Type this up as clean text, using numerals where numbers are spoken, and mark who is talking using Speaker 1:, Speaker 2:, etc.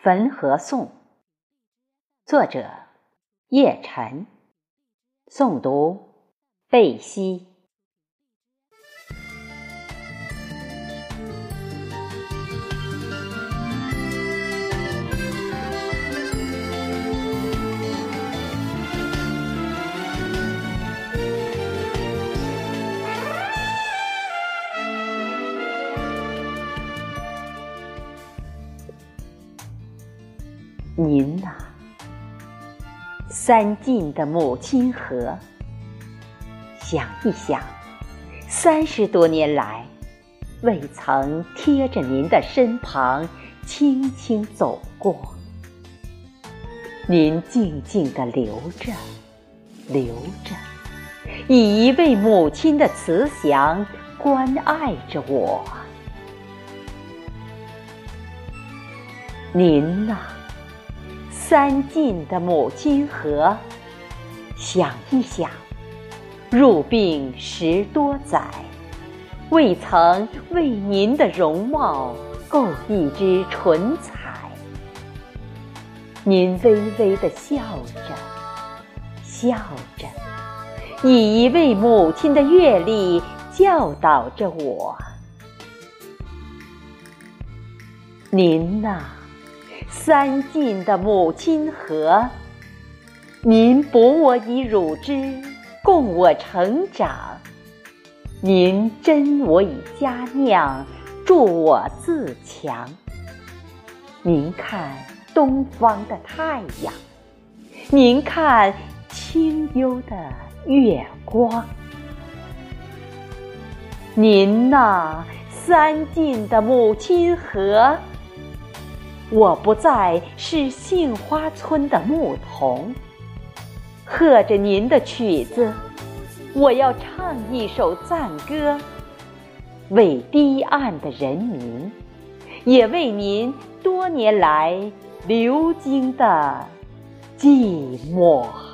Speaker 1: 汾河颂》，作者叶晨，诵读贝西。您呐，三晋的母亲河，想一想，30多年来，未曾贴着您的身旁轻轻走过。您静静地流着，以一位母亲的慈祥关爱着我。您呐，三晋的母亲河，想一想，入病10多载，未曾为您的容貌构一枝唇彩。您微微地笑着，以一位母亲的阅历教导着我。您呐，三晋的母亲河，您哺我以乳汁，供我成长；您斟我以佳酿，助我自强。您看东方的太阳，您看清幽的月光。您呐，三晋的母亲河，我不再是杏花村的牧童，和着您的曲子，我要唱一首赞歌，为堤岸的人民，也为您多年来流经的寂寞。